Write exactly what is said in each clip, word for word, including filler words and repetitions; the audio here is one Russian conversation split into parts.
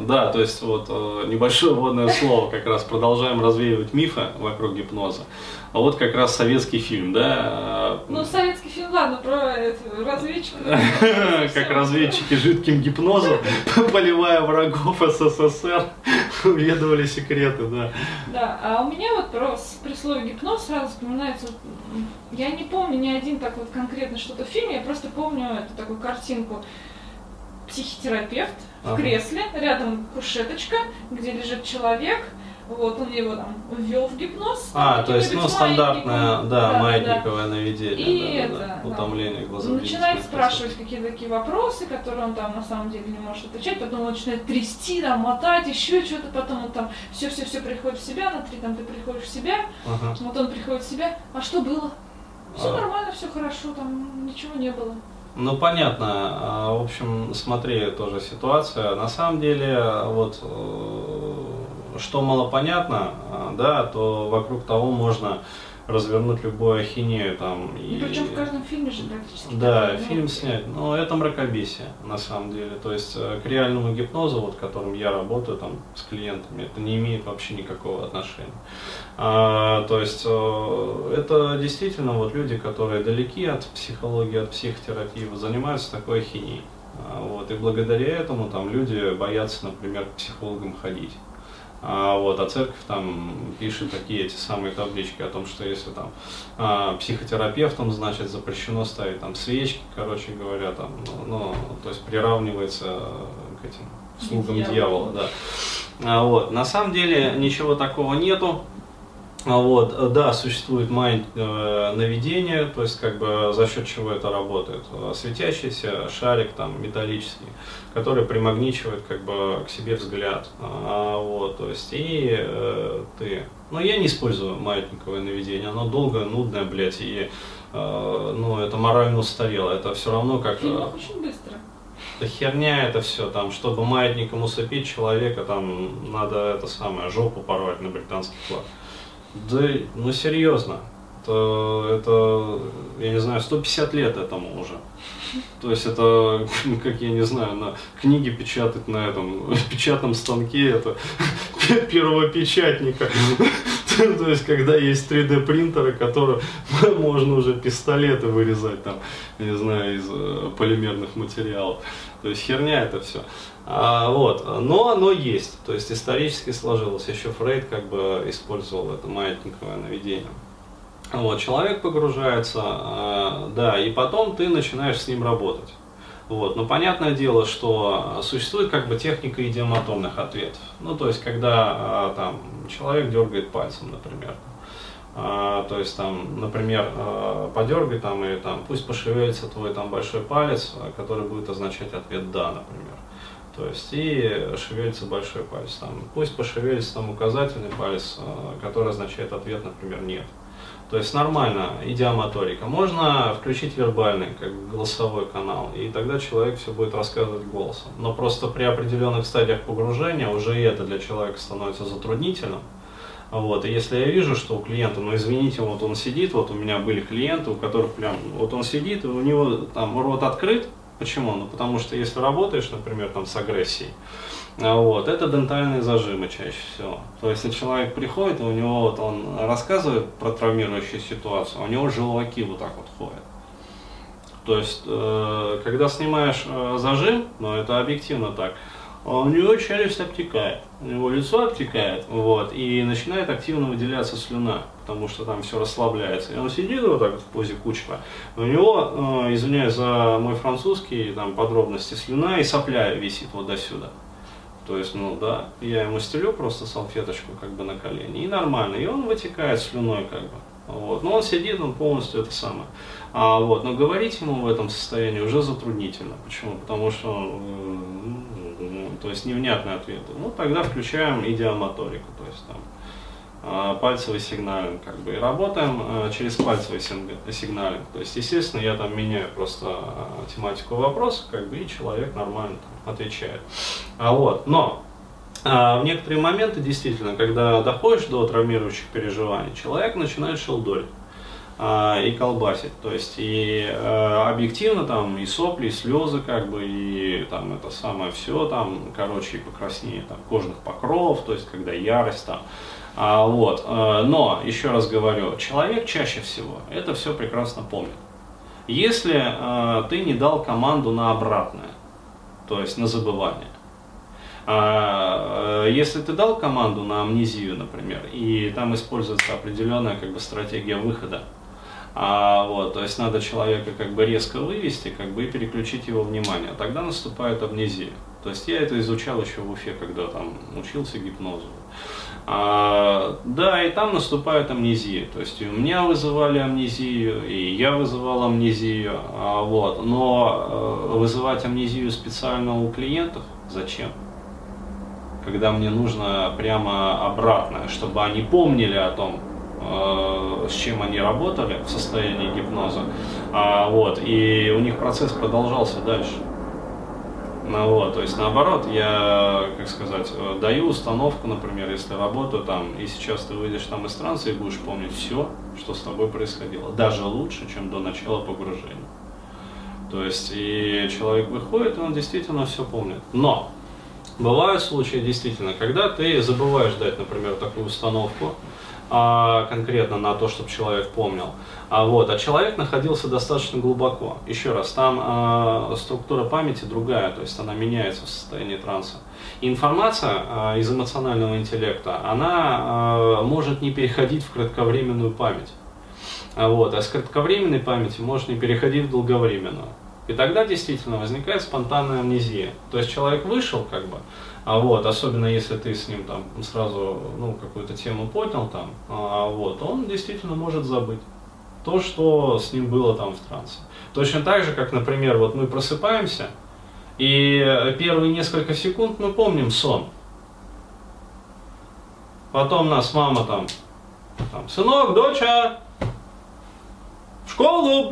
Да, то есть вот небольшое вводное слово, как раз продолжаем развеивать мифы вокруг гипноза. А вот как раз советский фильм, да? Ну, советский фильм, ладно, про разведчиков. Как разведчики жидким гипнозом, поливая врагов СССР, выведывали секреты, да. Да, а у меня вот про, при слове гипноз сразу вспоминается, я не помню ни один так вот конкретно что-то в фильме, я просто помню эту такую картинку. Психотерапевт в ага. кресле, рядом кушеточка, где лежит человек, вот он его там ввел в гипноз. А, то есть, ну, стандартное, да, да, маятниковое да. наведение, и да, это, да, да. утомление глаза. Начинает спрашивать какие-то такие вопросы, которые он там на самом деле не может отвечать, потом он начинает трясти, там, мотать, еще что-то, потом он там все-все-все приходит в себя, на три там ты приходишь в себя, ага. вот он приходит в себя, а что было? Все а. нормально, все хорошо, там ничего не было. Ну, понятно. В общем, смотри, тоже ситуация. На самом деле, вот, что мало понятно, да, то вокруг того можно развернуть любую ахинею там. И, и причем в каждом фильме же практически. Да, такое, фильм снять. Но это мракобесие, на самом деле. То есть к реальному гипнозу, вот, которым я работаю там с клиентами, это не имеет вообще никакого отношения. А, то есть это действительно вот люди, которые далеки от психологии, от психотерапии, вот, занимаются такой ахинеей. А, вот, и благодаря этому там люди боятся, например, к психологам ходить. А, вот, а церковь там пишет такие эти самые таблички о том, что если там а, психотерапевтам, значит, запрещено ставить там свечки, короче говоря, там, ну, ну то есть приравнивается к этим слугам дьявола, дьявола да. А, вот, на самом деле ничего такого нету. Вот, да, существует майнд-наведение, то есть как бы за счет чего это работает. Светящийся шарик там металлический, который примагничивает как бы к себе взгляд. А, вот, то есть и э, ты. Но я не использую маятниковое наведение, оно долгое, нудное, блядь, и э, ну, это морально устарело. Это все равно как. Фильм очень быстро. Да херня это все, там, чтобы маятником усыпить человека, там надо это самое, жопу порвать на британский флаг. Да, ну серьезно, это, это, я не знаю, сто пятьдесят лет этому уже. То есть это, как я не знаю, на книги печатать на этом печатном станке, это первого печатника. То есть когда есть три дэ принтеры, которые можно уже пистолеты вырезать там, не знаю, из полимерных материалов. То есть херня это все. А, вот, но оно есть, то есть исторически сложилось, еще Фрейд как бы использовал это маятниковое наведение. Вот, человек погружается, а, да, и потом ты начинаешь с ним работать. Вот, но понятное дело, что существует как бы техника идиоматомных ответов. Ну, то есть, когда а, там человек дергает пальцем, например. А, то есть, там, например, а, подергай там, и там, пусть пошевелится твой там большой палец, который будет означать ответ «да», например. То есть и шевелится большой палец. Там, пусть пошевелится там указательный палец, который означает ответ, например, нет. То есть нормально, идиомоторика. Можно включить вербальный, как голосовой канал, и тогда человек все будет рассказывать голосом. Но просто при определенных стадиях погружения уже и это для человека становится затруднительным. Вот, и если я вижу, что у клиента, ну извините, вот он сидит, вот у меня были клиенты, у которых прям, вот он сидит, и у него там рот открыт. Почему? Ну потому что если работаешь, например, там с агрессией, вот, это дентальные зажимы чаще всего. То есть, если человек приходит, и у него вот он рассказывает про травмирующую ситуацию, у него желваки вот так вот ходят. То есть, э, когда снимаешь э, зажим, ну это объективно так, у него челюсть обтекает, у него лицо обтекает, вот, и начинает активно выделяться слюна, потому что там все расслабляется. И он сидит вот так вот в позе кучера, у него, э, извиняюсь за мой французский, там подробности, слюна и сопля висит вот до сюда. То есть, ну да, я ему стелю просто салфеточку как бы на колени, и нормально, и он вытекает слюной как бы. Вот. Но он сидит, он полностью это самое. А, вот. Но говорить ему в этом состоянии уже затруднительно. Почему? Потому что ну, то есть невнятные ответы. Ну тогда включаем идиомоторику, то есть там пальцевый сигналинг, как бы, и работаем а, через пальцевый сигналинг. То есть, естественно, я там меняю просто а, тематику вопроса, как бы, и человек нормально там отвечает. А, вот, но а, в некоторые моменты, действительно, когда доходишь до травмирующих переживаний, человек начинает шелдорить. а, и колбасит. То есть и а, объективно там и сопли, и слезы, как бы, и там это самое все, там, короче, и покраснение там, кожных покровов, то есть когда ярость там. А, вот. а, но, еще раз говорю, человек чаще всего это все прекрасно помнит. Если а, ты не дал команду на обратное, то есть на забывание. А, если ты дал команду на амнезию, например, и там используется определенная как бы стратегия выхода, а, вот, то есть надо человека как бы резко вывести, как бы и переключить его внимание, тогда наступает амнезия. То есть я это изучал еще в Уфе, когда там учился гипнозу. А, да, и там наступает амнезия. То есть и у меня вызывали амнезию, и я вызывал амнезию. А, вот. Но э, вызывать амнезию специально у клиентов зачем? Когда мне нужно прямо обратное, чтобы они помнили о том, э, с чем они работали в состоянии гипноза. А, вот. И у них процесс продолжался дальше. Ну, вот, то есть наоборот, я, как сказать, даю установку, например, если работаю там, и сейчас ты выйдешь там из транса и будешь помнить все, что с тобой происходило, даже лучше, чем до начала погружения. То есть и человек выходит, и он действительно все помнит. Но бывают случаи действительно, когда ты забываешь дать, например, такую установку, а, конкретно на то, чтобы человек помнил. А, вот, а человек находился достаточно глубоко. Еще раз, там а, структура памяти другая, то есть она меняется в состоянии транса. И информация а, из эмоционального интеллекта, она а, может не переходить в кратковременную память. А, вот, а с кратковременной памяти может не переходить в долговременную. И тогда действительно возникает спонтанная амнезия. То есть человек вышел, как бы, а вот, особенно если ты с ним там сразу ну, какую-то тему поднял, там, а вот, он действительно может забыть то, что с ним было там в трансе. Точно так же, как, например, вот мы просыпаемся, и первые несколько секунд мы помним сон. Потом нас мама там, там сынок, доча, в школу.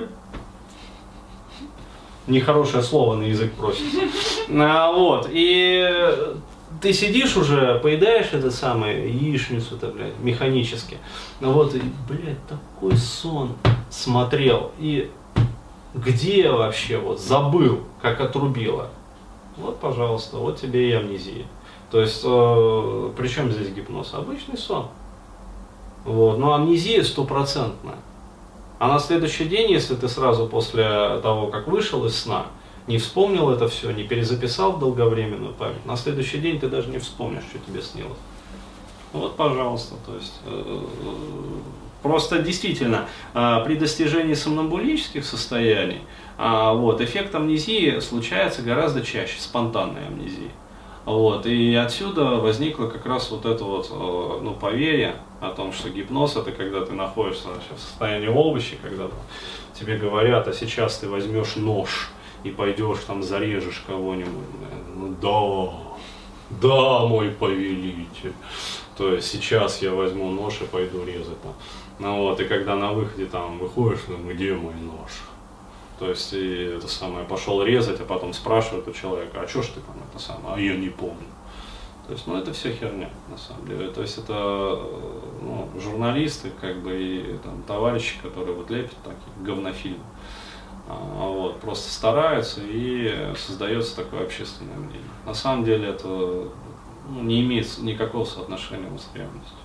Нехорошее слово на язык просится. А, вот, и ты сидишь уже, поедаешь это самое, яичницу-то, блядь, механически. Вот, и, блядь, такой сон смотрел. И где вообще, вот, забыл, как отрубило. Вот, пожалуйста, вот тебе и амнезия. То есть, э, при чем здесь гипноз? Обычный сон. Вот, но амнезия стопроцентная. А на следующий день, если ты сразу после того, как вышел из сна, не вспомнил это все, не перезаписал в долговременную память, на следующий день ты даже не вспомнишь, что тебе снилось. Вот, пожалуйста, то есть, э, просто действительно, э, при достижении сомнамбулических состояний, э, вот, эффект амнезии случается гораздо чаще, спонтанной амнезии. Вот, и отсюда возникло как раз вот это вот, ну, поверье о том, что гипноз это когда ты находишься в состоянии овощи, когда тебе говорят, а сейчас ты возьмешь нож и пойдешь там зарежешь кого-нибудь. Ну да, да, мой повелитель. То есть сейчас я возьму нож и пойду резать там. Ну вот, и когда на выходе там выходишь, ну где мой нож? То есть, и это самое, пошел резать, а потом спрашивают у человека, а что ж ты там это самое, а я не помню. То есть, ну это все херня, на самом деле. То есть, это ну, журналисты, как бы, и там, товарищи, которые вот лепят такие говнофильмы, а, вот, просто стараются, и создается такое общественное мнение. На самом деле, это ну, не имеет никакого соотношения с реальностью.